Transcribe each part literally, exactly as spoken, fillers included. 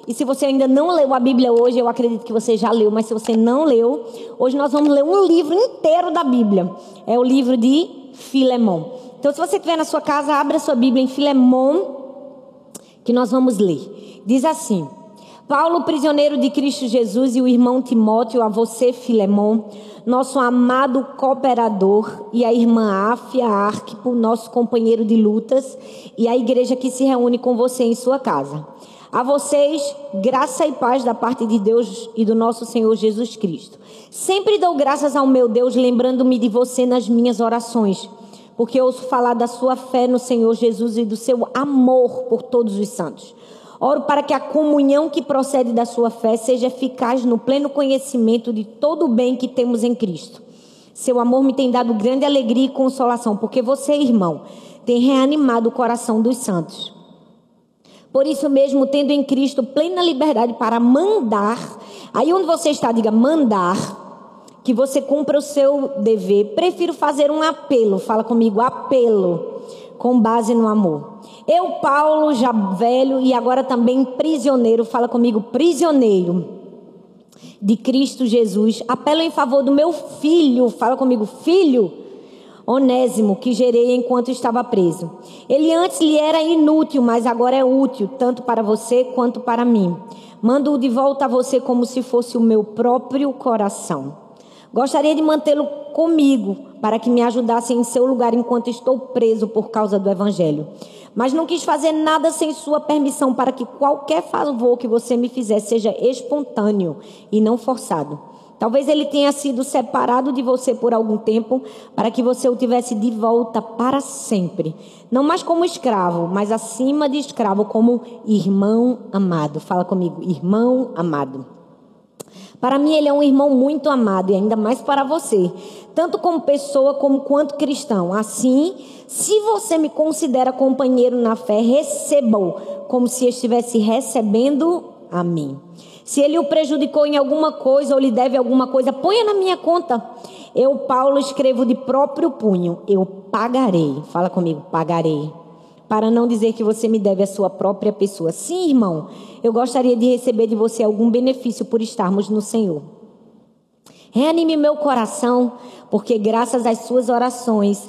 E se você ainda não leu a Bíblia hoje, eu acredito que você já leu, mas se você não leu, hoje nós vamos ler um livro inteiro da Bíblia. É o livro de Filemão. Então, se você estiver na sua casa, abra a sua Bíblia em Filemão, que nós vamos ler. Diz assim: Paulo, prisioneiro de Cristo Jesus, e o irmão Timóteo, a você, Filemão, nosso amado cooperador, e a irmã Áfia Arquipo, nosso companheiro de lutas, e a igreja que se reúne com você em sua casa. A vocês, graça e paz da parte de Deus e do nosso Senhor Jesus Cristo. Sempre dou graças ao meu Deus, lembrando-me de você nas minhas orações, porque ouço falar da sua fé no Senhor Jesus e do seu amor por todos os santos. Oro para que a comunhão que procede da sua fé seja eficaz no pleno conhecimento de todo o bem que temos em Cristo. Seu amor me tem dado grande alegria e consolação, porque você, irmão, tem reanimado o coração dos santos. Por isso mesmo, tendo em Cristo plena liberdade para mandar, aí onde você está, diga mandar, que você cumpra o seu dever, prefiro fazer um apelo, fala comigo, apelo, com base no amor. Eu, Paulo, já velho e agora também prisioneiro, fala comigo, prisioneiro de Cristo Jesus, apelo em favor do meu filho, fala comigo, filho, Onésimo, que gerei enquanto estava preso. Ele antes lhe era inútil, mas agora é útil, tanto para você quanto para mim. Mando-o de volta a você como se fosse o meu próprio coração. Gostaria de mantê-lo comigo, para que me ajudasse em seu lugar enquanto estou preso por causa do Evangelho. Mas não quis fazer nada sem sua permissão, para que qualquer favor que você me fizesse seja espontâneo e não forçado. Talvez ele tenha sido separado de você por algum tempo, para que você o tivesse de volta para sempre. Não mais como escravo, mas acima de escravo, como irmão amado. Fala comigo, irmão amado. Para mim ele é um irmão muito amado, e ainda mais para você, tanto como pessoa como quanto cristão. Assim, se você me considera companheiro na fé, receba-o como se estivesse recebendo a mim. Se ele o prejudicou em alguma coisa ou lhe deve alguma coisa, ponha na minha conta. Eu, Paulo, escrevo de próprio punho. Eu pagarei. Fala comigo, pagarei. Para não dizer que você me deve a sua própria pessoa. Sim, irmão, eu gostaria de receber de você algum benefício por estarmos no Senhor. Reanime meu coração, porque graças às suas orações...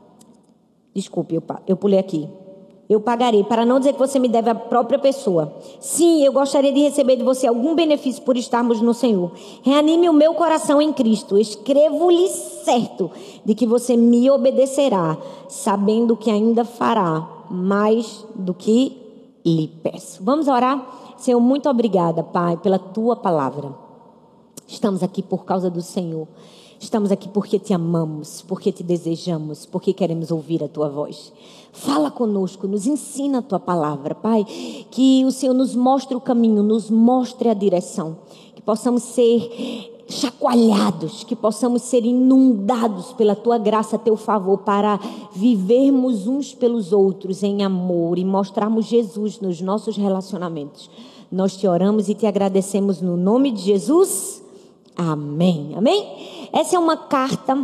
Desculpe, eu, eu pulei aqui. Eu pagarei, para não dizer que você me deve a própria pessoa. Sim, eu gostaria de receber de você algum benefício por estarmos no Senhor. Reanime o meu coração em Cristo. Escrevo-lhe certo de que você me obedecerá, sabendo que ainda fará mais do que lhe peço. Vamos orar? Senhor, muito obrigada, Pai, pela tua palavra. Estamos aqui por causa do Senhor. Estamos aqui porque te amamos, porque te desejamos, porque queremos ouvir a tua voz. Fala conosco, nos ensina a tua palavra, Pai. Que o Senhor nos mostre o caminho, nos mostre a direção. Que possamos ser chacoalhados, que possamos ser inundados pela tua graça, teu favor, para vivermos uns pelos outros em amor e mostrarmos Jesus nos nossos relacionamentos. Nós te oramos e te agradecemos no nome de Jesus. Amém. Amém? Essa é uma carta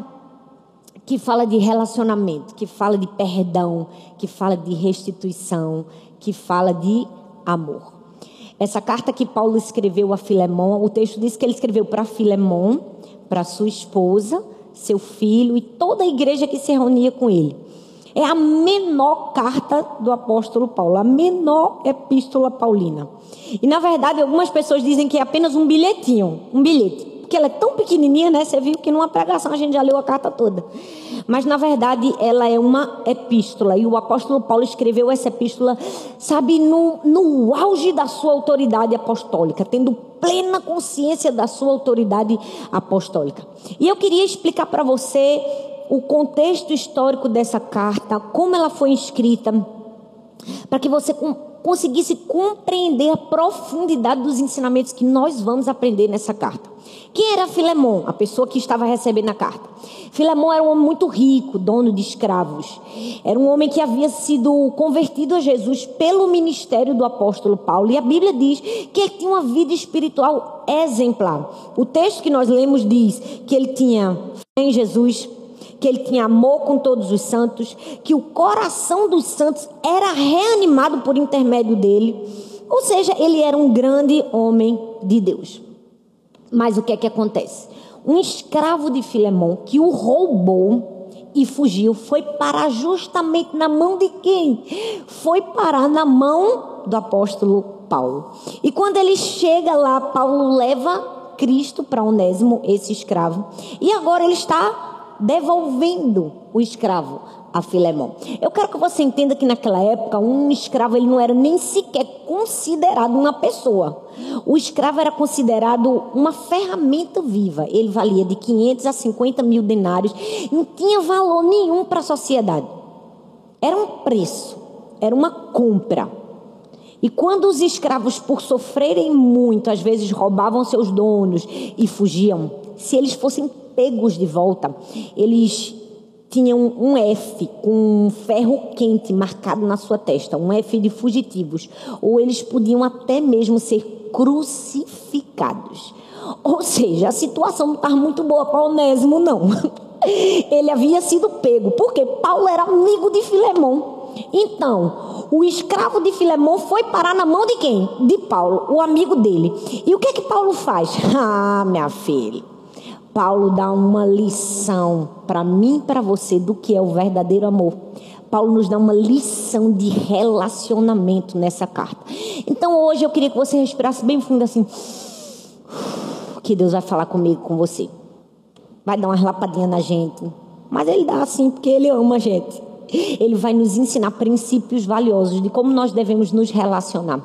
que fala de relacionamento, que fala de perdão, que fala de restituição, que fala de amor. Essa carta que Paulo escreveu a Filemão, o texto diz que ele escreveu para Filemão, para sua esposa, seu filho e toda a igreja que se reunia com ele. É a menor carta do apóstolo Paulo, a menor epístola paulina. E na verdade algumas pessoas dizem que é apenas um bilhetinho, um bilhete. Porque ela é tão pequenininha, né? Você viu que numa pregação a gente já leu a carta toda. Mas, na verdade, ela é uma epístola. E o apóstolo Paulo escreveu essa epístola, sabe, no, no auge da sua autoridade apostólica. Tendo plena consciência da sua autoridade apostólica. E eu queria explicar para você o contexto histórico dessa carta, como ela foi escrita, para que você conseguisse compreender a profundidade dos ensinamentos que nós vamos aprender nessa carta. Quem era Filemão, a pessoa que estava recebendo a carta? Filemão era um homem muito rico, dono de escravos. Era um homem que havia sido convertido a Jesus pelo ministério do apóstolo Paulo. E a Bíblia diz que ele tinha uma vida espiritual exemplar. O texto que nós lemos diz que ele tinha fé em Jesus, que ele tinha amor com todos os santos, que o coração dos santos era reanimado por intermédio dele, Ou seja, ele era um grande homem de Deus. Mas o que é que acontece? Um escravo de Filemão que o roubou e fugiu foi parar justamente na mão de quem? Foi parar na mão do apóstolo Paulo. E quando ele chega lá, Paulo leva Cristo para Onésimo, esse escravo. E agora ele está devolvendo o escravo a Filemão. Eu quero que você entenda que naquela época um escravo ele não era nem sequer considerado uma pessoa. O escravo era considerado uma ferramenta viva. Ele valia de quinhentos a cinquenta mil denários. Não tinha valor nenhum para a sociedade. Era um preço, era uma compra. E quando os escravos, por sofrerem muito, às vezes roubavam seus donos e fugiam, se eles fossem pegos de volta, eles tinham um F com um ferro quente marcado na sua testa, um F de fugitivos, ou eles podiam até mesmo ser crucificados. Ou seja, a situação não estava muito boa para Onésimo, não. Ele havia sido pego, porque Paulo era amigo de Filemão. Então, o escravo de Filemão foi parar na mão de quem? De Paulo, o amigo dele. E o que é que Paulo faz? Ah, minha filha, Paulo dá uma lição para mim e para você do que é o verdadeiro amor. Paulo nos dá uma lição de relacionamento nessa carta. Então hoje eu queria que você respirasse bem fundo assim. Que Deus vai falar comigo, com você. Vai dar umas lapadinhas na gente. Mas Ele dá assim porque Ele ama a gente. Ele vai nos ensinar princípios valiosos de como nós devemos nos relacionar.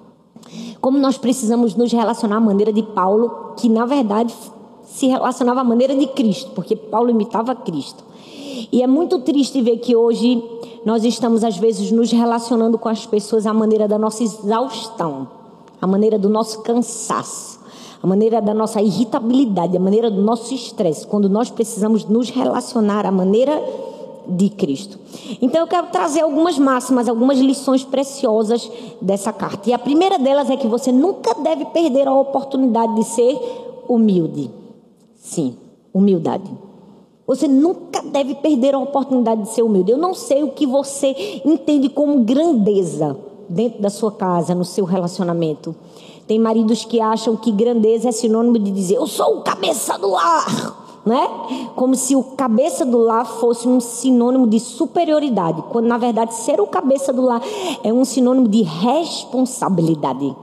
Como nós precisamos nos relacionar à maneira de Paulo, que na verdade se relacionava à maneira de Cristo, porque Paulo imitava Cristo. E é muito triste ver que hoje nós estamos às vezes nos relacionando com as pessoas à maneira da nossa exaustão, à maneira do nosso cansaço, à maneira da nossa irritabilidade, à maneira do nosso estresse, quando nós precisamos nos relacionar à maneira de Cristo. Então eu quero trazer algumas máximas, algumas lições preciosas dessa carta. E a primeira delas é que você nunca deve perder a oportunidade de ser humilde. Sim, humildade. Você nunca deve perder a oportunidade de ser humilde. Eu não sei o que você entende como grandeza dentro da sua casa, no seu relacionamento. Tem maridos que acham que grandeza é sinônimo de dizer, eu sou o cabeça do lar, né? Como se o cabeça do lar fosse um sinônimo de superioridade, quando na verdade ser o cabeça do lar é um sinônimo de responsabilidade.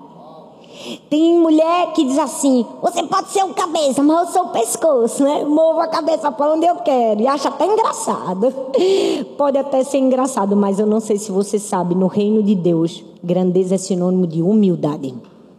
Tem mulher que diz assim, você pode ser o cabeça, mas eu sou o pescoço, né? Movo a cabeça para onde eu quero. E acha até engraçado. Pode até ser engraçado, mas eu não sei se você sabe, no reino de Deus, grandeza é sinônimo de humildade.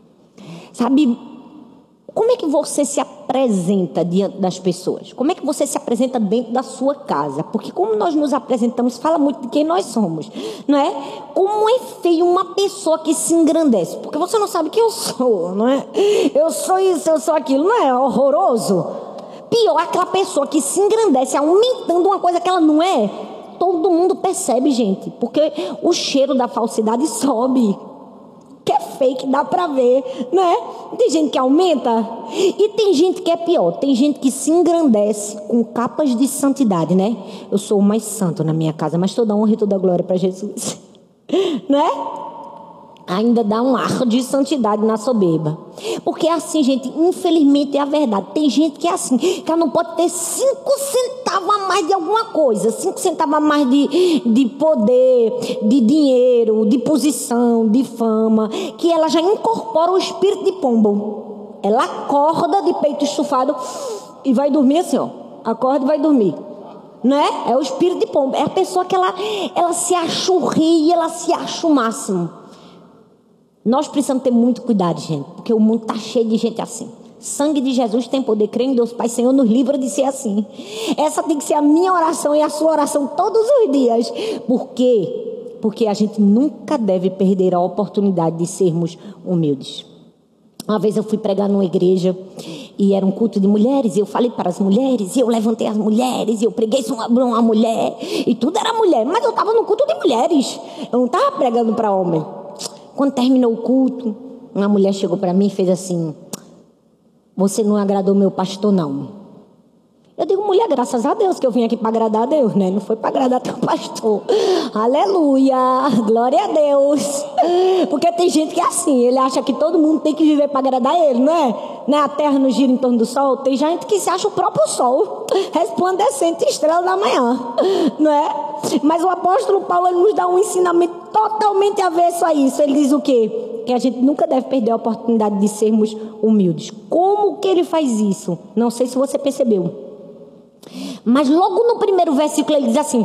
Sabe, como é que você se apresenta diante das pessoas? Como é que você se apresenta dentro da sua casa? Porque como nós nos apresentamos, fala muito de quem nós somos, não é? Como é feio uma pessoa que se engrandece? Porque você não sabe quem eu sou, não é? Eu sou isso, eu sou aquilo, não é horroroso? Pior, aquela pessoa que se engrandece aumentando uma coisa que ela não é. Todo mundo percebe, gente, porque o cheiro da falsidade sobe. Que é fake, dá pra ver, né? Tem gente que aumenta e tem gente que é pior. Tem gente que se engrandece com capas de santidade, né? Eu sou o mais santo na minha casa, mas toda honra e toda glória para Jesus, né? Ainda dá um ar de santidade na soberba. Porque é assim, gente, infelizmente é a verdade. Tem gente que é assim, que ela não pode ter cinco centavos a mais de alguma coisa, cinco centavos a mais de, de poder, de dinheiro, de posição, de fama, que ela já incorpora o espírito de pombo. Ela acorda de peito estufado e vai dormir assim, ó. Acorda e vai dormir. Né? É o espírito de pombo. É a pessoa que ela, ela se acha o rei e ela se acha o máximo. Nós precisamos ter muito cuidado, gente, porque o mundo está cheio de gente assim. Sangue de Jesus tem poder, creio em Deus Pai, Senhor, nos livra de ser assim. Essa tem que ser a minha oração e a sua oração todos os dias. Por quê? Porque a gente nunca deve perder a oportunidade de sermos humildes. Uma vez eu fui pregar numa igreja e era um culto de mulheres, e eu falei para as mulheres, e eu levantei as mulheres, e eu preguei sobre uma mulher, e tudo era mulher, mas eu estava no culto de mulheres, eu não estava pregando para homem. Quando terminou o culto, uma mulher chegou para mim e fez assim, você não agradou meu pastor, não. Eu digo, mulher, graças a Deus que eu vim aqui para agradar a Deus, né? Não foi para agradar teu pastor. Aleluia, glória a Deus. Porque tem gente que é assim, ele acha que todo mundo tem que viver para agradar ele, não é? Não é? A terra não gira em torno do sol. Tem gente que se acha o próprio sol, resplandecente estrela da manhã, não é? Mas o apóstolo Paulo, ele nos dá um ensinamento totalmente avesso a isso. Ele diz o quê? Que a gente nunca deve perder a oportunidade de sermos humildes. Como que ele faz isso? Não sei se você percebeu, mas logo no primeiro versículo ele diz assim: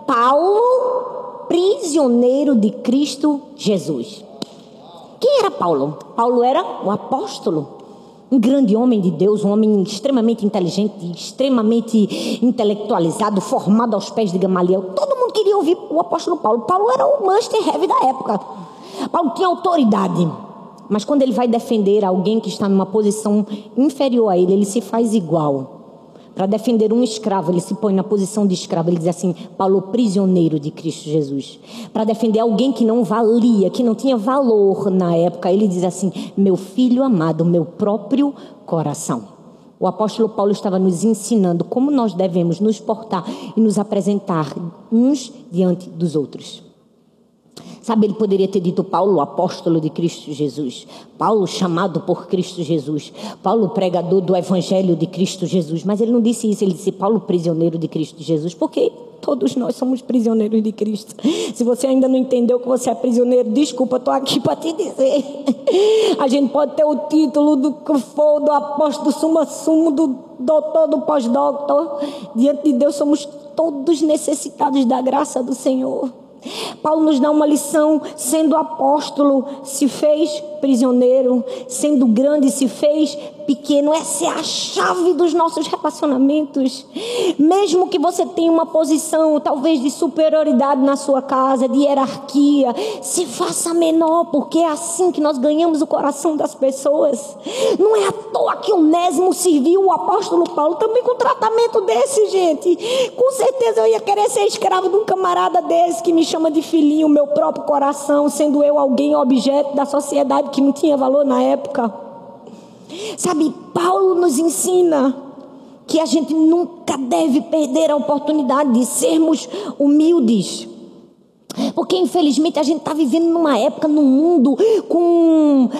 Paulo, prisioneiro de Cristo Jesus. Quem era Paulo? Paulo era o apóstolo, um grande homem de Deus, um homem extremamente inteligente, extremamente intelectualizado, formado aos pés de Gamaliel. Todo mundo queria ouvir o apóstolo Paulo. Paulo era o must-have da época. Paulo tinha autoridade, mas quando ele vai defender alguém que está numa posição inferior a ele, ele se faz igual. Para defender um escravo, ele se põe na posição de escravo. Ele diz assim: Paulo, prisioneiro de Cristo Jesus. Para defender alguém que não valia, que não tinha valor na época, ele diz assim: meu filho amado, meu próprio coração. O apóstolo Paulo estava nos ensinando como nós devemos nos portar e nos apresentar uns diante dos outros. Sabe, ele poderia ter dito Paulo, o apóstolo de Cristo Jesus. Paulo, chamado por Cristo Jesus. Paulo, pregador do evangelho de Cristo Jesus. Mas ele não disse isso, ele disse Paulo, prisioneiro de Cristo Jesus. Porque todos nós somos prisioneiros de Cristo. Se você ainda não entendeu que você é prisioneiro, desculpa, estou aqui para te dizer. A gente pode ter o título do que for, do apóstolo, do suma-sumo, do doutor, do pós-doutor. Diante de Deus somos todos necessitados da graça do Senhor. Paulo nos dá uma lição: sendo apóstolo, se fez prisioneiro, sendo grande, se fez pequeno. Essa é a chave dos nossos relacionamentos. Mesmo que você tenha uma posição talvez de superioridade na sua casa, de hierarquia, se faça menor, porque é assim que nós ganhamos o coração das pessoas. Não é à toa que Onésimo serviu o apóstolo Paulo também com tratamento desse, gente. Com certeza eu ia querer ser escravo de um camarada desse que me chama de filhinho, meu próprio coração, sendo eu alguém objeto da sociedade que não tinha valor na época. Sabe, Paulo nos ensina que a gente nunca deve perder a oportunidade de sermos humildes. Porque infelizmente a gente está vivendo numa época, num mundo com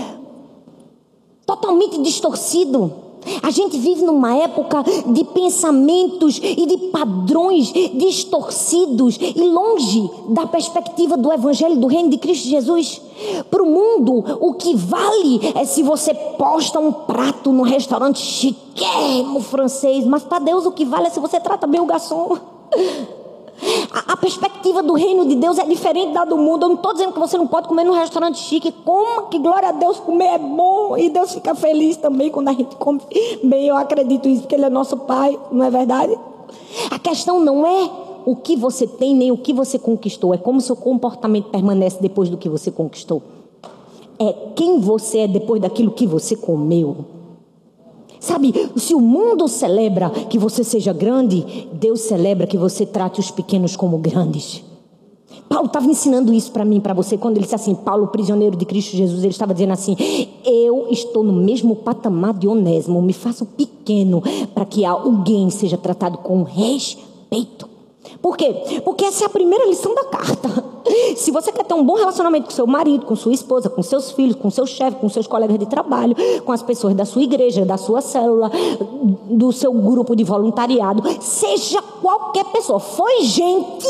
totalmente distorcido. A gente vive numa época de pensamentos e de padrões distorcidos e longe da perspectiva do evangelho do reino de Cristo Jesus. Para o mundo, o que vale é se você posta um prato no restaurante chiquérrimo francês, mas para Deus o que vale é se você trata bem o garçom. A, a perspectiva do reino de Deus é diferente da do mundo. Eu não estou dizendo que você não pode comer num restaurante chique. Coma, que glória a Deus, comer é bom. E Deus fica feliz também quando a gente come bem. Eu acredito isso, porque Ele é nosso Pai, não é verdade? A questão não é o que você tem, nem o que você conquistou. É como seu comportamento permanece depois do que você conquistou. É quem você é depois daquilo que você comeu. Sabe, se o mundo celebra que você seja grande, Deus celebra que você trate os pequenos como grandes. Paulo estava ensinando isso para mim e para você. Quando ele disse assim, Paulo, prisioneiro de Cristo Jesus, ele estava dizendo assim: eu estou no mesmo patamar de Onésimo, me faço pequeno para que alguém seja tratado com respeito. Por quê? Porque essa é a primeira lição da carta. Se você quer ter um bom relacionamento com seu marido, com sua esposa, com seus filhos, com seu chefe, com seus colegas de trabalho, com as pessoas da sua igreja, da sua célula, do seu grupo de voluntariado, seja qualquer pessoa, foi gente,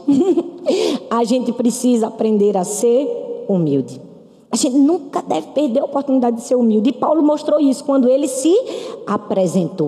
a gente precisa aprender a ser humilde. A gente nunca deve perder a oportunidade de ser humilde. E Paulo mostrou isso quando ele se apresentou.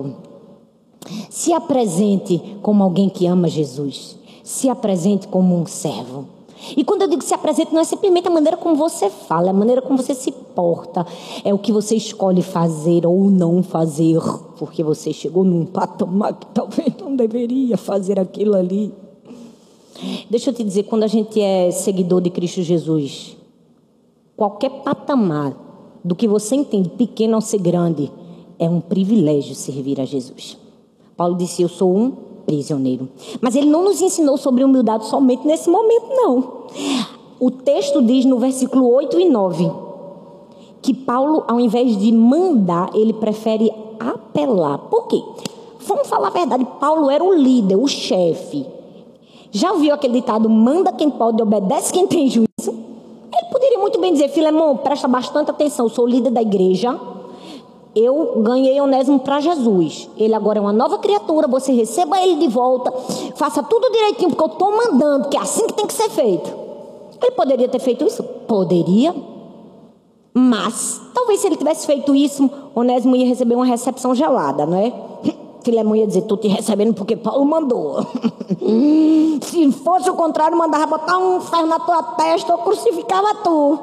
Se apresente como alguém que ama Jesus. Se apresente como um servo. E quando eu digo se apresente, não é simplesmente a maneira como você fala, é a maneira como você se porta. É o que você escolhe fazer ou não fazer, porque você chegou num patamar que talvez não deveria fazer aquilo ali. Deixa eu te dizer, quando a gente é seguidor de Cristo Jesus, qualquer patamar do que você entende, pequeno ou ser grande, é um privilégio servir a Jesus. Paulo disse, eu sou um prisioneiro. Mas ele não nos ensinou sobre humildade somente nesse momento, não. O texto diz no versículo oito e nove, que Paulo, ao invés de mandar, ele prefere apelar. Por quê? Vamos falar a verdade, Paulo era o líder, o chefe. Já ouviu aquele ditado, manda quem pode, obedece quem tem juízo? Ele poderia muito bem dizer, Filemon, presta bastante atenção, sou líder da igreja, eu ganhei Onésimo para Jesus, ele agora é uma nova criatura, você receba ele de volta, faça tudo direitinho, porque eu estou mandando, que é assim que tem que ser feito. Ele poderia ter feito isso? Poderia. Mas, talvez se ele tivesse feito isso, Onésimo ia receber uma recepção gelada, não é? Filemon ia dizer, estou te recebendo porque Paulo mandou. Se fosse o contrário, mandava botar um ferro na tua testa ou crucificava tu.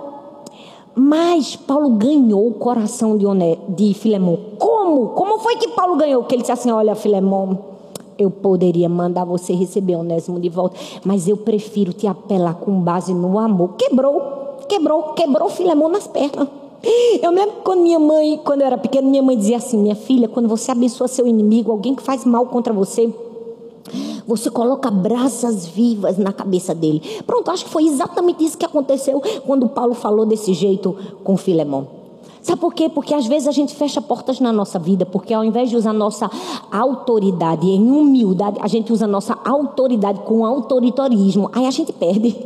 Mas Paulo ganhou o coração de, Oné, de Filemon. Como? Como foi que Paulo ganhou? Que ele disse assim, olha, Filemon, eu poderia mandar você receber Onésimo de volta, mas eu prefiro te apelar com base no amor. Quebrou, quebrou, quebrou Filemon nas pernas. Eu me lembro quando minha mãe, quando eu era pequena, minha mãe dizia assim, minha filha, quando você abençoa seu inimigo, alguém que faz mal contra você, você coloca brasas vivas na cabeça dele. Pronto, acho que foi exatamente isso que aconteceu quando Paulo falou desse jeito com Filemon. Sabe por quê? Porque às vezes a gente fecha portas na nossa vida, porque ao invés de usar nossa autoridade em humildade, a gente usa nossa autoridade com autoritarismo. Aí a gente perde.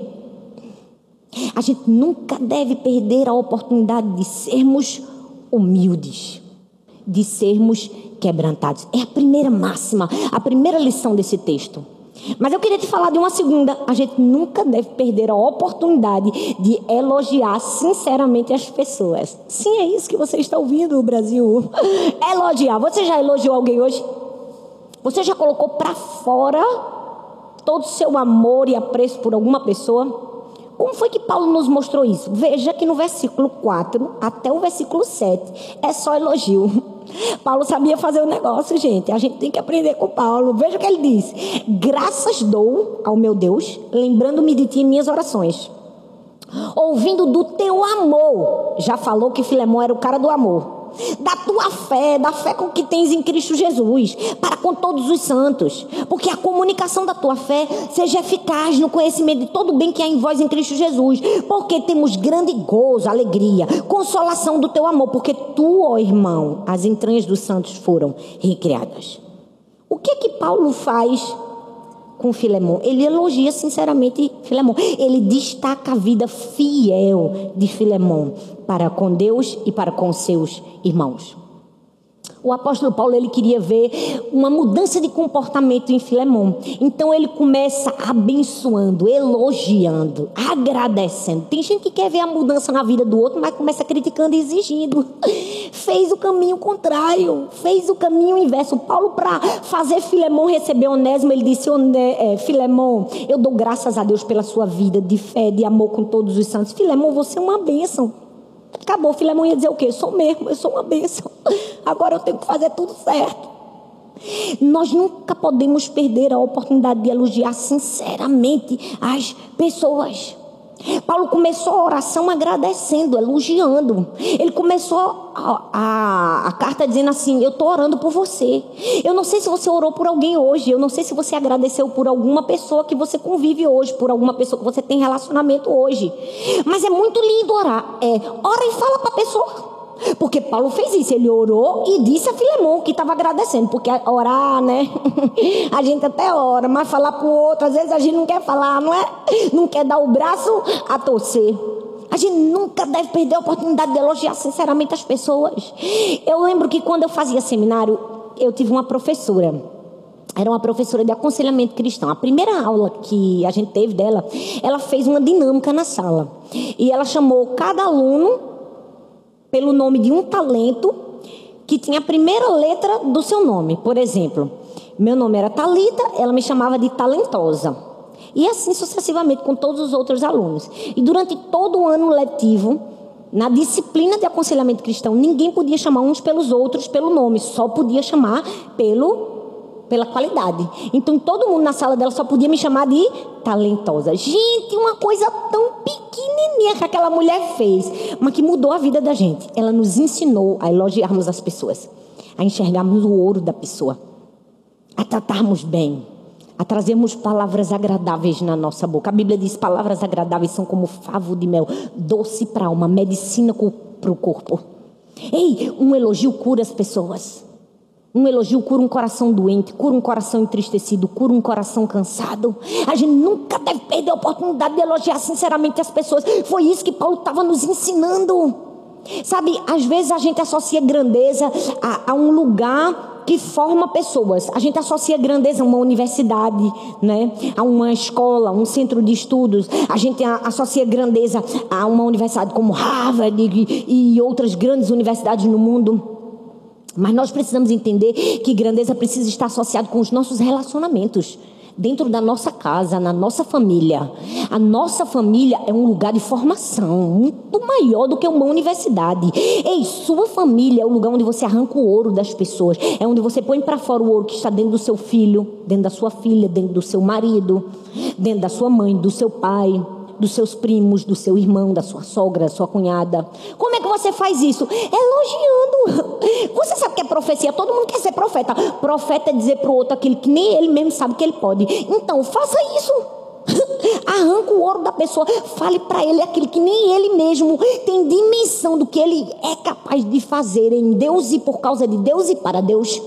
A gente nunca deve perder a oportunidade de sermos humildes, de sermos quebrantados. É a primeira máxima, a primeira lição desse texto. Mas eu queria te falar de uma segunda. A gente nunca deve perder a oportunidade de elogiar sinceramente as pessoas. Sim, é isso que você está ouvindo, Brasil. Elogiar. Você já elogiou alguém hoje? Você já colocou para fora todo o seu amor e apreço por alguma pessoa? Como foi que Paulo nos mostrou isso? Veja que no versículo quatro até o versículo sete é só elogio. Paulo sabia fazer o negócio, gente. A gente tem que aprender com Paulo. Veja o que ele diz. Graças dou ao meu Deus, lembrando-me de ti em minhas orações. Ouvindo do teu amor. Já falou que Filemon era o cara do amor. Da tua fé, da fé com que tens em Cristo Jesus, para com todos os santos, porque a comunicação da tua fé seja eficaz no conhecimento de todo o bem que há em vós em Cristo Jesus, porque temos grande gozo, alegria, consolação do teu amor, porque tu, ó irmão, as entranhas dos santos foram recriadas. O que que Paulo faz com Filemon? Ele elogia sinceramente Filemon. Ele destaca a vida fiel de Filemon para com Deus e para com seus irmãos. O apóstolo Paulo, ele queria ver uma mudança de comportamento em Filemon. Então ele começa abençoando, elogiando, agradecendo. Tem gente que quer ver a mudança na vida do outro, mas começa criticando e exigindo. Fez o caminho contrário, fez o caminho inverso. Paulo, para fazer Filemon receber Onésimo, ele disse, é, Filemon, eu dou graças a Deus pela sua vida de fé, de amor com todos os santos. Filemon, você é uma bênção. Acabou, Filemon ia dizer o quê? Eu sou mesmo, eu sou uma bênção. Agora eu tenho que fazer tudo certo. Nós nunca podemos perder a oportunidade de elogiar sinceramente as pessoas. Paulo começou a oração agradecendo, elogiando. Ele começou a, a, a carta dizendo assim, eu estou orando por você. Eu não sei se você orou por alguém hoje, eu não sei se você agradeceu por alguma pessoa que você convive hoje, por alguma pessoa que você tem relacionamento hoje. Mas é muito lindo orar. É, ora e fala para a pessoa. Porque Paulo fez isso, ele orou e disse a Filemon que estava agradecendo, porque orar, né, a gente até ora, mas falar para o outro, às vezes a gente não quer falar, não é? Não quer dar o braço a torcer. A gente nunca deve perder a oportunidade de elogiar sinceramente as pessoas. Eu lembro que quando eu fazia seminário, eu tive uma professora, era uma professora de aconselhamento cristão. A primeira aula que a gente teve dela, ela fez uma dinâmica na sala, e ela chamou cada aluno pelo nome de um talento que tinha a primeira letra do seu nome. Por exemplo, meu nome era Thalita, ela me chamava de talentosa. E assim sucessivamente com todos os outros alunos. E durante todo o ano letivo, na disciplina de aconselhamento cristão, ninguém podia chamar uns pelos outros pelo nome, só podia chamar pelo... pela qualidade. Então todo mundo na sala dela só podia me chamar de talentosa. Gente, uma coisa tão pequenininha que aquela mulher fez, mas que mudou a vida da gente. Ela nos ensinou a elogiarmos as pessoas, a enxergarmos o ouro da pessoa, a tratarmos bem, a trazermos palavras agradáveis na nossa boca. A Bíblia diz, palavras agradáveis são como favo de mel, doce para a alma, medicina para o corpo. Ei, um elogio cura as pessoas. Um elogio cura um coração doente, cura um coração entristecido, cura um coração cansado. A gente nunca deve perder a oportunidade de elogiar sinceramente as pessoas. Foi isso que Paulo estava nos ensinando. Sabe, às vezes a gente associa grandeza a, a um lugar que forma pessoas. A gente associa grandeza a uma universidade, né? A uma escola, um centro de estudos. A gente associa grandeza a uma universidade como Harvard e, e outras grandes universidades no mundo. Mas nós precisamos entender que grandeza precisa estar associada com os nossos relacionamentos. Dentro da nossa casa, na nossa família. A nossa família é um lugar de formação muito maior do que uma universidade. Ei, sua família é o lugar onde você arranca o ouro das pessoas. É onde você põe para fora o ouro que está dentro do seu filho, dentro da sua filha, dentro do seu marido, dentro da sua mãe, do seu pai, dos seus primos, do seu irmão, da sua sogra, da sua cunhada. Como é que você faz isso? Elogiando. Você sabe o que é profecia? Todo mundo quer ser profeta. Profeta é dizer para o outro aquilo que nem ele mesmo sabe que ele pode. Então, faça isso. Arranca o ouro da pessoa. Fale para ele aquilo que nem ele mesmo tem dimensão do que ele é capaz de fazer em Deus e por causa de Deus e para Deus.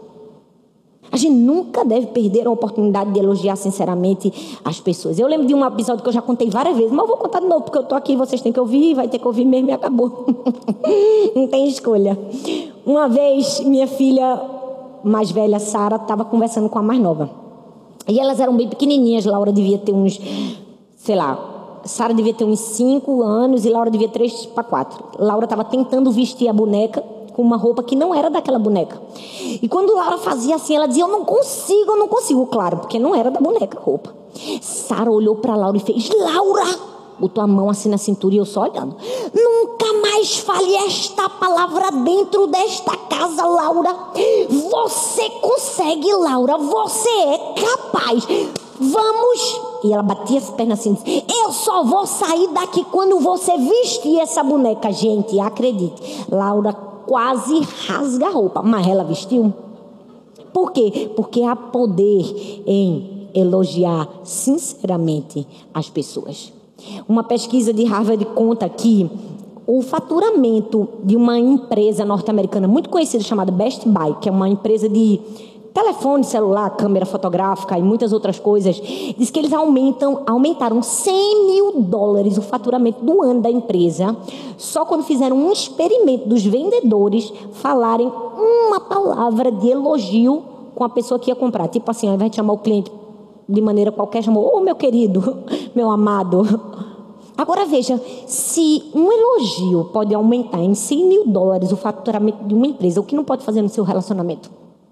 A gente nunca deve perder a oportunidade de elogiar sinceramente as pessoas. Eu lembro de um episódio que eu já contei várias vezes, mas eu vou contar de novo, porque eu estou aqui, vocês têm que ouvir, vai ter que ouvir mesmo e acabou. Não tem escolha. Uma vez, minha filha mais velha, Sara, estava conversando com a mais nova. E elas eram bem pequenininhas. Laura devia ter uns, sei lá, Sara devia ter uns cinco anos e Laura devia ter três para quatro. Laura estava tentando vestir a boneca com uma roupa que não era daquela boneca. E quando Laura fazia assim, ela dizia, eu não consigo, eu não consigo. Claro, porque não era da boneca a roupa. Sara olhou para Laura e fez, Laura, botou a mão assim na cintura e eu só olhando. Nunca mais fale esta palavra dentro desta casa, Laura. Você consegue, Laura, você é capaz. Vamos. E ela batia as pernas assim, disse, eu só vou sair daqui quando você vestir essa boneca. Gente, acredite, Laura quase rasga a roupa, mas ela vestiu. Por quê? Porque há poder em elogiar sinceramente as pessoas. Uma pesquisa de Harvard conta que o faturamento de uma empresa norte-americana muito conhecida chamada Best Buy, que é uma empresa de telefone celular, câmera fotográfica e muitas outras coisas, diz que eles aumentam, aumentaram cem mil dólares o faturamento do ano da empresa, só quando fizeram um experimento dos vendedores falarem uma palavra de elogio com a pessoa que ia comprar. Tipo assim, ao invés de chamar o cliente de maneira qualquer, chamou, ô meu querido, meu amado. Agora veja, se um elogio pode aumentar em cem mil dólares o faturamento de uma empresa, o que não pode fazer no seu relacionamento?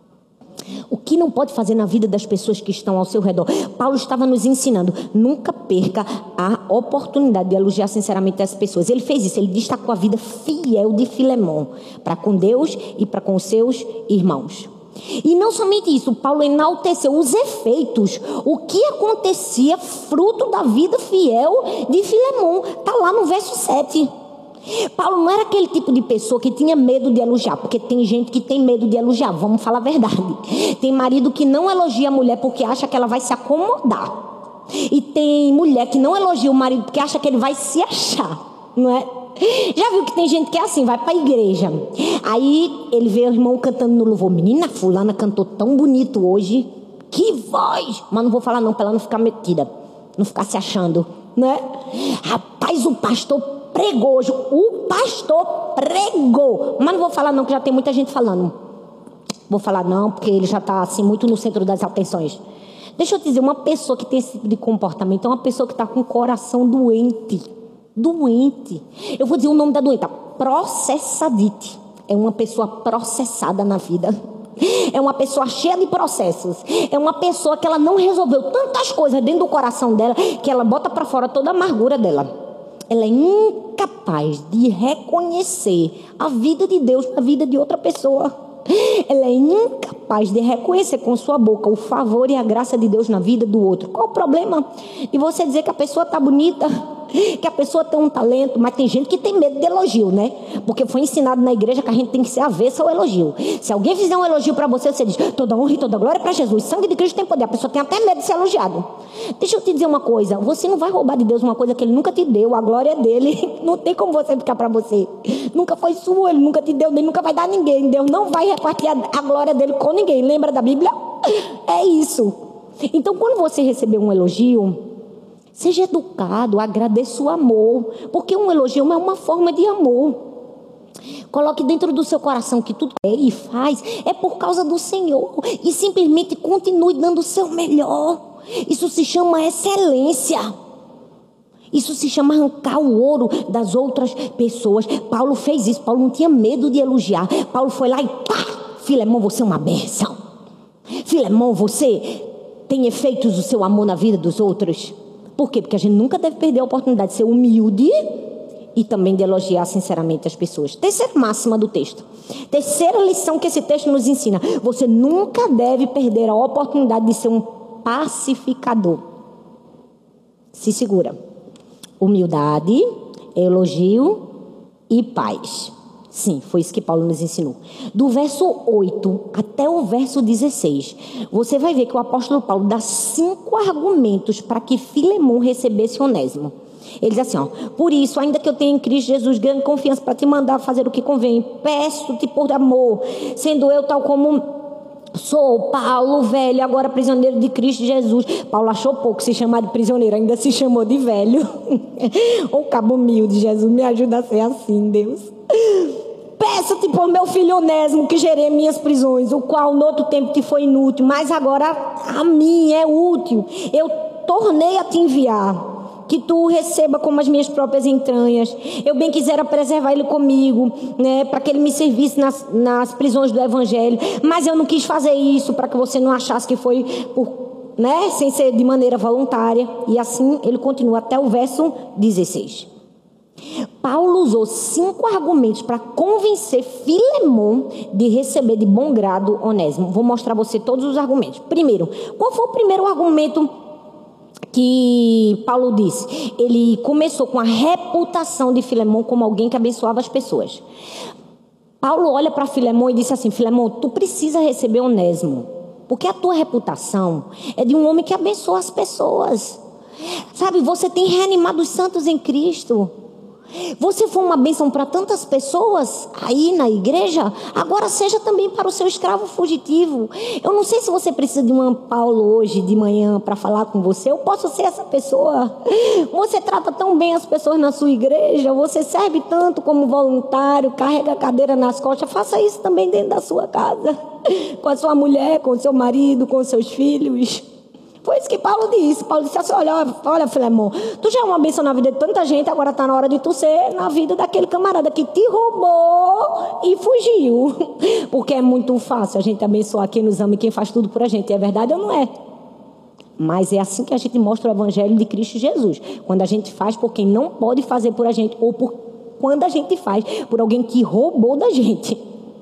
O que não pode fazer na vida das pessoas que estão ao seu redor? Paulo estava nos ensinando, nunca perca a oportunidade de elogiar sinceramente as pessoas. Ele fez isso, ele destacou a vida fiel de Filemão, para com Deus e para com os seus irmãos. E não somente isso, Paulo enalteceu os efeitos, o que acontecia fruto da vida fiel de Filemão. Está lá no verso sete. Paulo não era aquele tipo de pessoa que tinha medo de elogiar, porque tem gente que tem medo de elogiar, vamos falar a verdade. Tem marido que não elogia a mulher porque acha que ela vai se acomodar. E tem mulher que não elogia o marido porque acha que ele vai se achar, não é? Já viu que tem gente que é assim, vai para a igreja, aí ele vê o irmão cantando no louvor, menina, fulana cantou tão bonito hoje, que voz, mas não vou falar não, para ela não ficar metida, não ficar se achando, né? Rapaz, o pastor pregou hoje, o pastor pregou, mas não vou falar não, que já tem muita gente falando, vou falar não, porque ele já está assim, muito no centro das atenções. Deixa eu te dizer, uma pessoa que tem esse tipo de comportamento é uma pessoa que está com o coração doente, doente, eu vou dizer o nome da doença, processadite, é uma pessoa processada na vida, é uma pessoa cheia de processos, é uma pessoa que ela não resolveu tantas coisas dentro do coração dela, que ela bota para fora toda a amargura dela. Ela é incapaz de reconhecer a vida de Deus na vida de outra pessoa. Ela é incapaz de reconhecer com sua boca o favor e a graça de Deus na vida do outro. Qual o problema de você dizer que a pessoa está bonita Que a pessoa tem um talento, mas tem gente que tem medo de elogio, né? Porque foi ensinado na igreja que a gente tem que ser avessa ao elogio. Se alguém fizer um elogio para você, você diz, toda honra e toda glória para Jesus. Sangue de Cristo tem poder. A pessoa tem até medo de ser elogiado. Deixa eu te dizer uma coisa. Você não vai roubar de Deus uma coisa que Ele nunca te deu. A glória é dele. Não tem como você ficar para você. Nunca foi sua, Ele nunca te deu, Ele nunca vai dar a ninguém. Deus não vai repartir a glória dele com ninguém. Lembra da Bíblia? É isso. Então, quando você receber um elogio, seja educado, agradeça o amor, porque um elogio é uma forma de amor. Coloque dentro do seu coração que tudo que ele faz é por causa do Senhor e simplesmente continue dando o seu melhor. Isso se chama excelência. Isso se chama arrancar o ouro das outras pessoas. Paulo fez isso. Paulo não tinha medo de elogiar. Paulo foi lá e pá, Filemão, você é uma bênção. Filemão, você tem efeitos do seu amor na vida dos outros. Por quê? Porque a gente nunca deve perder a oportunidade de ser humilde e também de elogiar sinceramente as pessoas. Terceira máxima do texto. Terceira lição que esse texto nos ensina. Você nunca deve perder a oportunidade de ser um pacificador. Se segura. Humildade, elogio e paz. Sim, foi isso que Paulo nos ensinou. Do verso oito até o verso dezesseis, você vai ver que o apóstolo Paulo dá cinco argumentos para que Filemão recebesse Onésimo. Ele diz assim, ó, por isso, ainda que eu tenha em Cristo Jesus grande confiança para te mandar fazer o que convém, peço-te por amor, sendo eu tal como sou, Paulo, velho, agora prisioneiro de Cristo Jesus. Paulo achou pouco se chamar de prisioneiro, ainda se chamou de velho. O cabo humilde, Jesus, me ajuda a ser assim, Deus. Peço-te por meu filho Onésimo, que gerei minhas prisões, o qual no outro tempo te foi inútil, mas agora a mim é útil. Eu tornei a te enviar, que tu o receba como as minhas próprias entranhas. Eu bem quisera preservar ele comigo, né, para que ele me servisse nas, nas prisões do evangelho, mas eu não quis fazer isso para que você não achasse que foi por, né, sem ser de maneira voluntária. E assim ele continua até o verso dezesseis. Paulo usou cinco argumentos para convencer Filemão de receber de bom grado Onésimo. Vou mostrar a você todos os argumentos. Primeiro, qual foi o primeiro argumento que Paulo disse? Ele começou com a reputação de Filemão como alguém que abençoava as pessoas. Paulo olha para Filemão e disse assim, Filemão, tu precisa receber Onésimo, porque a tua reputação é de um homem que abençoa as pessoas. Sabe, você tem reanimado os santos em Cristo. Você foi uma bênção para tantas pessoas aí na igreja, agora seja também para o seu escravo fugitivo. Eu não sei se você precisa de um Paulo hoje de manhã para falar com você. Eu posso ser essa pessoa. Você trata tão bem as pessoas na sua igreja, você serve tanto como voluntário, carrega a cadeira nas costas. Faça isso também dentro da sua casa, com a sua mulher, com o seu marido, com os seus filhos. Foi isso que Paulo disse. Paulo disse assim, olha, olha, Filemão, tu já é uma bênção na vida de tanta gente, agora está na hora de tu ser na vida daquele camarada que te roubou e fugiu. Porque é muito fácil a gente abençoar quem nos ama e quem faz tudo por a gente. É verdade ou não é? Mas é assim que a gente mostra o evangelho de Cristo Jesus. Quando a gente faz por quem não pode fazer por a gente, ou por quando a gente faz por alguém que roubou da gente.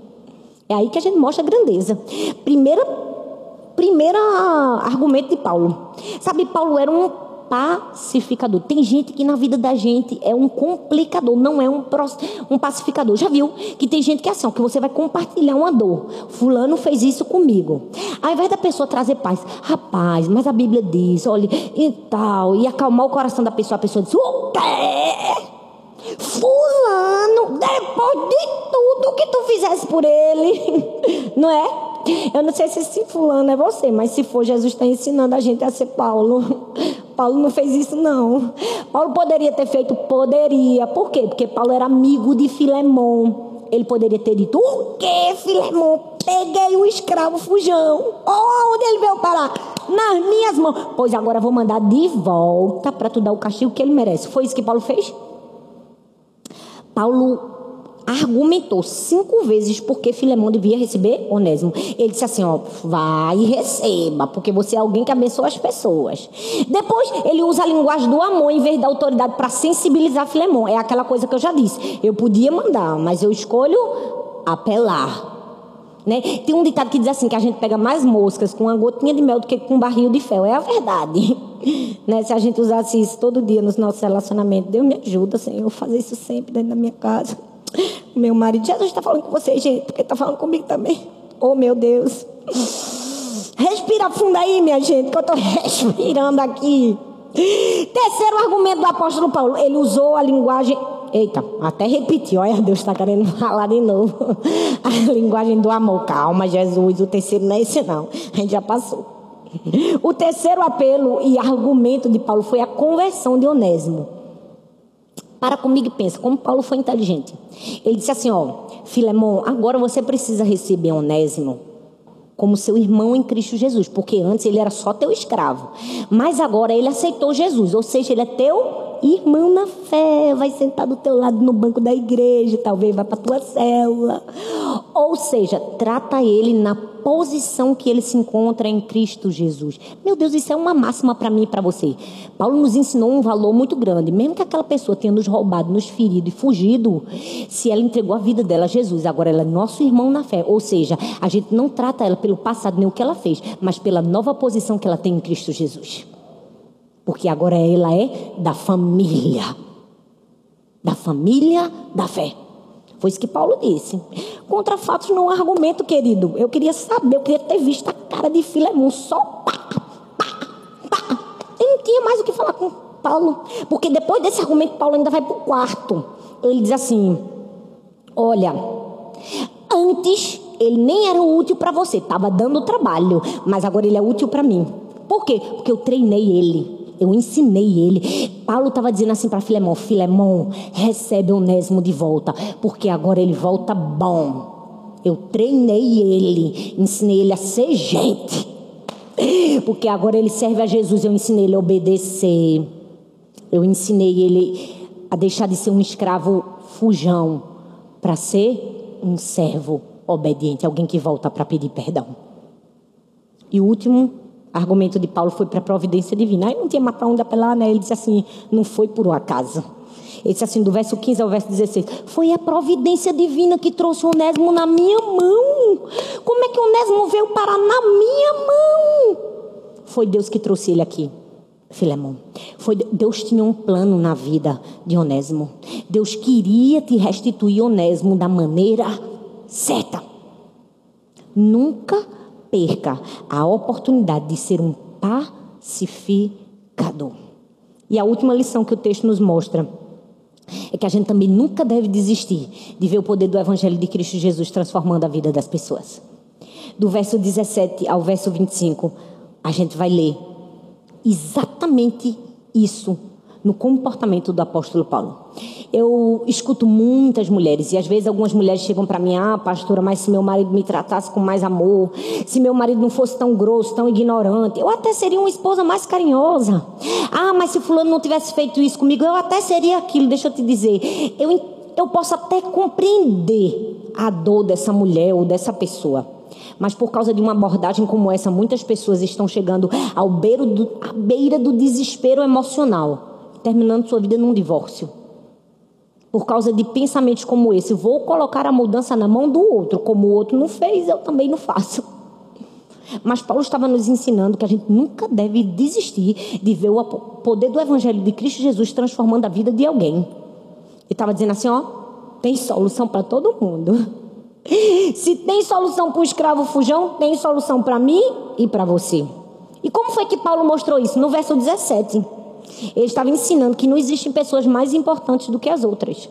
É aí que a gente mostra a grandeza. Primeira Primeiro argumento de Paulo. Sabe, Paulo era um pacificador. Tem gente que na vida da gente é um complicador, não é um, um pacificador. Já viu que tem gente que é assim, que você vai compartilhar uma dor. Fulano fez isso comigo. Ao invés da pessoa trazer paz, rapaz, mas a Bíblia diz, olha, e tal, e acalmar o coração da pessoa, a pessoa diz, o quê? Fulano, depois de tudo que tu fizesse por ele, não é? Eu não sei se esse fulano é você, mas se for, Jesus está ensinando a gente a ser Paulo. Paulo não fez isso não. Paulo poderia ter feito, poderia. Por quê? Porque Paulo era amigo de Filemão. Ele poderia ter dito, o quê, Filemão? Peguei um escravo fujão. Onde ele veio parar? Nas minhas mãos. Pois agora eu vou mandar de volta para tu dar o castigo que ele merece. Foi isso que Paulo fez? Paulo argumentou cinco vezes porque Filemão devia receber Onésimo. Ele disse assim, ó, vai e receba, porque você é alguém que abençoa as pessoas. Depois ele usa a linguagem do amor em vez da autoridade para sensibilizar Filemão. É aquela coisa que eu já disse, eu podia mandar, mas eu escolho apelar. Né? Tem um ditado que diz assim, que a gente pega mais moscas com uma gotinha de mel do que com um barril de fel. É a verdade. Né? Se a gente usasse isso todo dia nos nossos relacionamentos, Deus me ajuda, Senhor, eu fazer isso sempre dentro da minha casa. Meu marido, Jesus está falando com vocês, gente, porque está falando comigo também. Oh, meu Deus. Respira fundo aí, minha gente, que eu estou respirando aqui. Terceiro argumento do apóstolo Paulo, ele usou a linguagem... Eita, até repetiu, olha, Deus está querendo falar de novo. A linguagem do amor. Calma, Jesus, o terceiro não é esse não, a gente já passou. O terceiro apelo e argumento de Paulo foi a conversão de Onésimo. Para comigo e pensa, como Paulo foi inteligente. Ele disse assim, ó, Filemão, agora você precisa receber Onésimo como seu irmão em Cristo Jesus, porque antes ele era só teu escravo, mas agora ele aceitou Jesus, ou seja, ele é teu irmão na fé, vai sentar do teu lado no banco da igreja, talvez vai para tua célula, ou seja, trata ele na posição que ele se encontra em Cristo Jesus. Meu Deus, isso é uma máxima para mim e para você. Paulo nos ensinou um valor muito grande, mesmo que aquela pessoa tenha nos roubado, nos ferido e fugido, se ela entregou a vida dela a Jesus, agora ela é nosso irmão na fé, ou seja, a gente não trata ela pelo passado nem o que ela fez, mas pela nova posição que ela tem em Cristo Jesus. Porque agora ela é da família. Da família da fé. Foi isso que Paulo disse. Contra fatos não há argumento, querido. Eu queria saber, eu queria ter visto a cara de Filemão. Só pá, pá, pá. Eu não tinha mais o que falar com Paulo. Porque depois desse argumento, Paulo ainda vai para o quarto. Ele diz assim, olha, antes ele nem era útil para você. Estava dando trabalho, mas agora ele é útil para mim. Por quê? Porque eu treinei ele. Eu ensinei ele. Paulo estava dizendo assim para Filemão, Filemão, recebe Onésimo de volta, porque agora ele volta bom. Eu treinei ele, ensinei ele a ser gente, porque agora ele serve a Jesus. Eu ensinei ele a obedecer, eu ensinei ele a deixar de ser um escravo fujão, para ser um servo obediente, alguém que volta para pedir perdão. E o último argumento de Paulo foi para a providência divina. Aí não tinha mais para onde apelar, né? Ele disse assim, não foi por um acaso. Ele disse assim, do verso quinze ao verso dezesseis, foi a providência divina que trouxe o Onésimo na minha mão. Como é que o Onésimo veio parar na minha mão? Foi Deus que trouxe ele aqui, Filemão. Foi, Deus tinha um plano na vida de Onésimo. Deus queria te restituir Onésimo da maneira certa. Nunca perca a oportunidade de ser um pacificador. E a última lição que o texto nos mostra é que a gente também nunca deve desistir de ver o poder do Evangelho de Cristo Jesus transformando a vida das pessoas. Do verso dezessete ao verso vinte e cinco, a gente vai ler exatamente isso no comportamento do apóstolo Paulo. Eu escuto muitas mulheres, e às vezes algumas mulheres chegam para mim, ah, pastora, mas se meu marido me tratasse com mais amor, se meu marido não fosse tão grosso, tão ignorante, eu até seria uma esposa mais carinhosa. Ah, mas se fulano não tivesse feito isso comigo, eu até seria aquilo. Deixa eu te dizer, eu, eu posso até compreender a dor dessa mulher ou dessa pessoa, mas por causa de uma abordagem como essa, muitas pessoas estão chegando ao beiro do, à beira do desespero emocional, terminando sua vida num divórcio. Por causa de pensamentos como esse, vou colocar a mudança na mão do outro, como o outro não fez, eu também não faço. Mas Paulo estava nos ensinando que a gente nunca deve desistir de ver o poder do Evangelho de Cristo Jesus transformando a vida de alguém. Ele estava dizendo assim, ó, tem solução para todo mundo. Se tem solução para o escravo fujão, tem solução para mim e para você. E como foi que Paulo mostrou isso? No verso dezessete. Ele estava ensinando que não existem pessoas mais importantes do que as outras.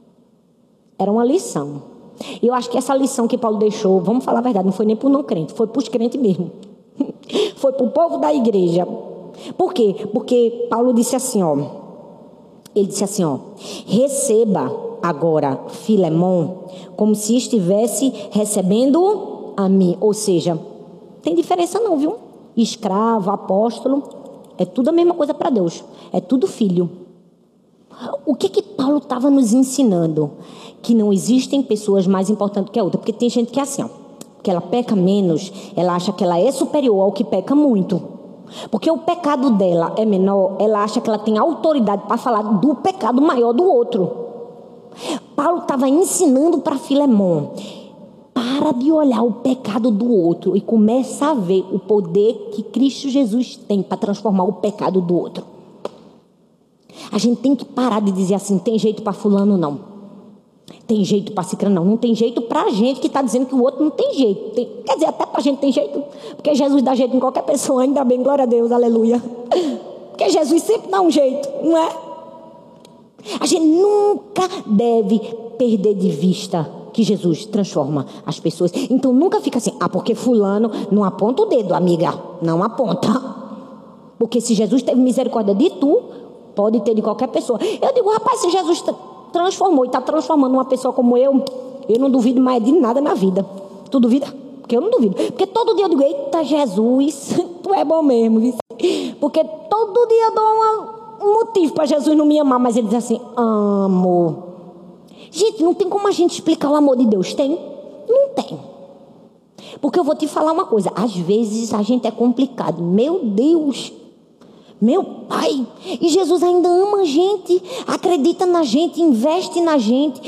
Era uma lição. E eu acho que essa lição que Paulo deixou, vamos falar a verdade, não foi nem para o não crente, foi para os crentes mesmo. Foi para o povo da igreja. Por quê? Porque Paulo disse assim, ó. Ele disse assim, ó. Receba agora Filemão como se estivesse recebendo a mim. Ou seja, tem diferença não, viu? Escravo, apóstolo, é tudo a mesma coisa para Deus. É tudo filho. O que que Paulo estava nos ensinando? Que não existem pessoas mais importantes que a outra. Porque tem gente que é assim, ó, que ela peca menos, ela acha que ela é superior ao que peca muito. Porque o pecado dela é menor, ela acha que ela tem autoridade para falar do pecado maior do outro. Paulo estava ensinando para Filemão, para de olhar o pecado do outro e começa a ver o poder que Cristo Jesus tem para transformar o pecado do outro. A gente tem que parar de dizer assim, tem jeito para fulano não. Tem jeito para cicrano não. Não tem jeito para a gente que está dizendo que o outro não tem jeito. Tem, quer dizer, até para a gente tem jeito. Porque Jesus dá jeito em qualquer pessoa, ainda bem, glória a Deus, aleluia. Porque Jesus sempre dá um jeito, não é? A gente nunca deve perder de vista que Jesus transforma as pessoas. Então nunca fica assim, ah, porque fulano, não aponta o dedo, amiga, não aponta. Porque se Jesus teve misericórdia de tu, pode ter de qualquer pessoa. Eu digo, rapaz, se Jesus transformou e está transformando uma pessoa como eu, eu não duvido mais de nada na vida. Tu duvida? Porque eu não duvido. Porque todo dia eu digo, eita Jesus, tu é bom mesmo. Viu? Porque todo dia eu dou uma, um motivo para Jesus não me amar, mas ele diz assim, amo. Gente, não tem como a gente explicar o amor de Deus, tem? Não tem. Porque eu vou te falar uma coisa, às vezes a gente é complicado, meu Deus, meu Pai, e Jesus ainda ama a gente, acredita na gente, investe na gente,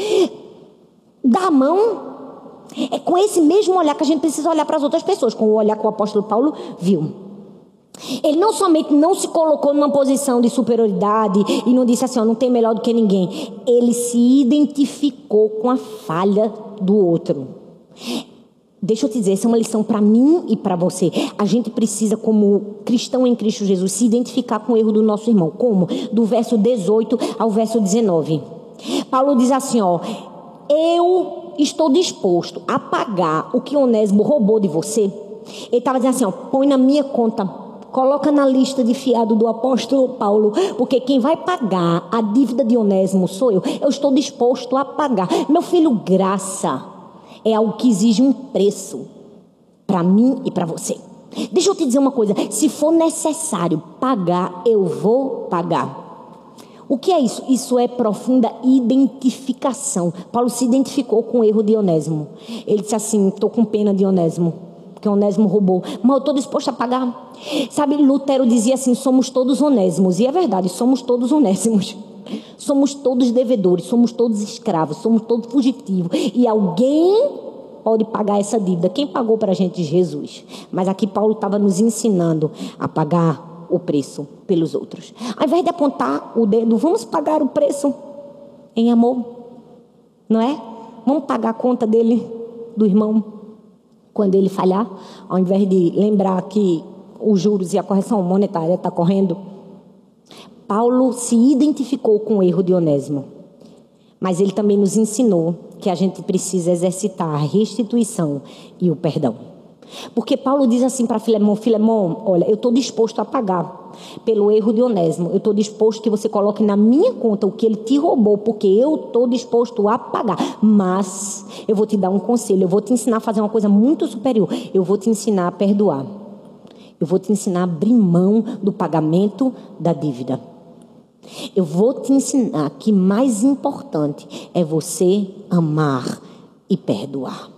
dá a mão. É com esse mesmo olhar que a gente precisa olhar para as outras pessoas, com o olhar que o apóstolo Paulo viu. Ele não somente não se colocou numa posição de superioridade e não disse assim, ó, não tem melhor do que ninguém. Ele se identificou com a falha do outro. Deixa eu te dizer, essa é uma lição para mim e para você. A gente precisa, como cristão em Cristo Jesus, se identificar com o erro do nosso irmão. Como? Do verso dezoito ao verso dezenove. Paulo diz assim, ó, eu estou disposto a pagar o que Onésimo roubou de você. Ele estava dizendo assim, ó, põe na minha conta. Coloca na lista de fiado do apóstolo Paulo, porque quem vai pagar a dívida de Onésimo sou eu. Eu estou disposto a pagar. Meu filho, graça é algo que exige um preço para mim e para você. Deixa eu te dizer uma coisa, se for necessário pagar, eu vou pagar. O que é isso? Isso é profunda identificação. Paulo se identificou com o erro de Onésimo. Ele disse assim, estou com pena de Onésimo, porque Onésimo roubou, mas eu estou disposto a pagar. Sabe, Lutero dizia assim, somos todos onésimos, e é verdade, somos todos onésimos. Somos todos devedores, somos todos escravos, somos todos fugitivos, e alguém pode pagar essa dívida. Quem pagou para a gente? Jesus. Mas aqui Paulo estava nos ensinando a pagar o preço pelos outros. Ao invés de apontar o dedo, vamos pagar o preço em amor, não é? Vamos pagar a conta dele, do irmão, quando ele falhar, ao invés de lembrar que os juros e a correção monetária está correndo. Paulo se identificou com o erro de Onésimo, mas ele também nos ensinou que a gente precisa exercitar a restituição e o perdão. Porque Paulo diz assim para Filemão, Filemão, olha, eu estou disposto a pagar pelo erro de Onésimo, eu estou disposto que você coloque na minha conta o que ele te roubou, porque eu estou disposto a pagar, mas eu vou te dar um conselho, eu vou te ensinar a fazer uma coisa muito superior, eu vou te ensinar a perdoar, eu vou te ensinar a abrir mão do pagamento da dívida, eu vou te ensinar que mais importante é você amar e perdoar.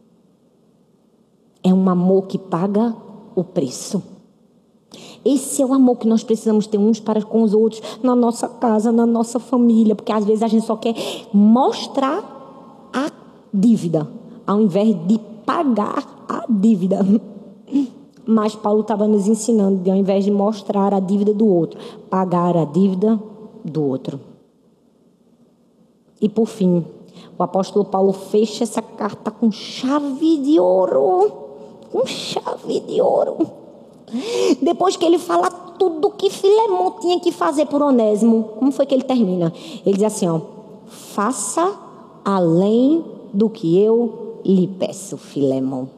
É um amor que paga o preço. Esse é o amor que nós precisamos ter uns para com os outros, na nossa casa, na nossa família, porque às vezes a gente só quer mostrar a dívida, ao invés de pagar a dívida. Mas Paulo estava nos ensinando, de, ao invés de mostrar a dívida do outro, pagar a dívida do outro. E por fim, o apóstolo Paulo fecha essa carta com chave de ouro. Com chave de ouro. Depois que ele fala tudo que Filemão tinha que fazer por Onésimo, como foi que ele termina? Ele diz assim, ó, faça além do que eu lhe peço, Filemão.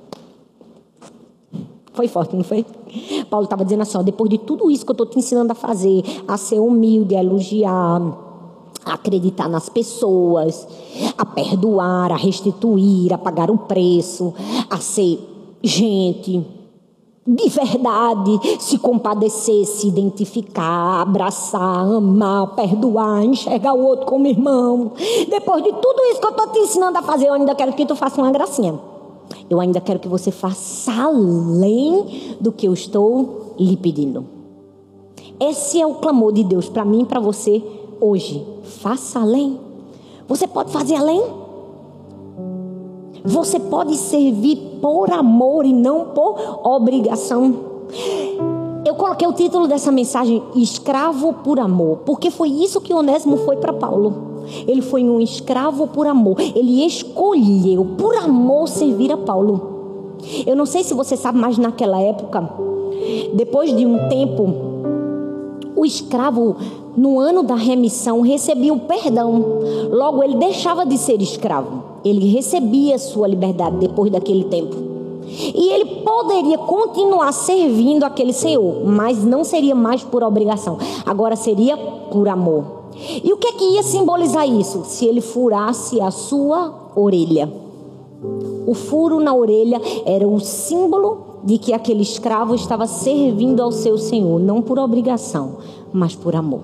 Foi forte, não foi? Paulo estava dizendo assim, ó, depois de tudo isso que eu estou te ensinando a fazer, a ser humilde, a elogiar, a acreditar nas pessoas, a perdoar, a restituir, a pagar o preço, a ser gente de verdade, se compadecer, se identificar, abraçar, amar, perdoar, enxergar o outro como irmão. Depois de tudo isso que eu estou te ensinando a fazer, eu ainda quero que tu faça uma gracinha. Eu ainda quero que você faça além do que eu estou lhe pedindo. Esse é o clamor de Deus para mim e para você hoje. Faça além. Você pode fazer além? Você pode servir por amor e não por obrigação. Eu coloquei o título dessa mensagem, escravo por amor, porque foi isso que Onésimo foi para Paulo. Ele foi um escravo por amor. Ele escolheu por amor servir a Paulo. Eu não sei se você sabe, mas naquela época, depois de um tempo, o escravo, no ano da remissão, recebia o perdão. Logo, ele deixava de ser escravo. Ele recebia sua liberdade depois daquele tempo. E ele poderia continuar servindo aquele senhor, mas não seria mais por obrigação. Agora seria por amor. E o que é que ia simbolizar isso? Se ele furasse a sua orelha. O furo na orelha era o símbolo de que aquele escravo estava servindo ao seu senhor, não por obrigação, mas por amor.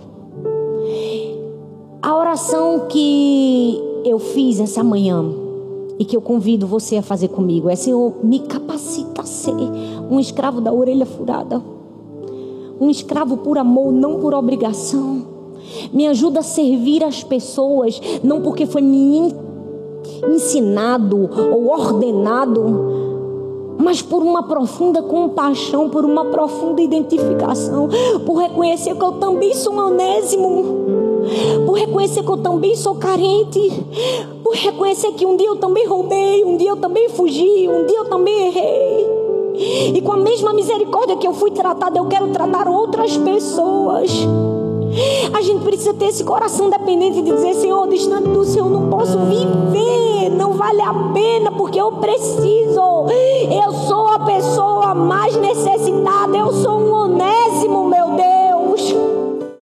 A oração que eu fiz essa manhã e que eu convido você a fazer comigo é: Senhor, me capacita a ser um escravo da orelha furada, um escravo por amor, não por obrigação. Me ajuda a servir as pessoas, não porque foi me ensinado ou ordenado, mas por uma profunda compaixão, por uma profunda identificação, por reconhecer que eu também sou um Onésimo, por reconhecer que eu também sou carente, por reconhecer que um dia eu também roubei, um dia eu também fugi, um dia eu também errei. E com a mesma misericórdia que eu fui tratada, eu quero tratar outras pessoas. A gente precisa ter esse coração dependente de dizer: Senhor, distante do Senhor não posso viver, não vale a pena, porque eu preciso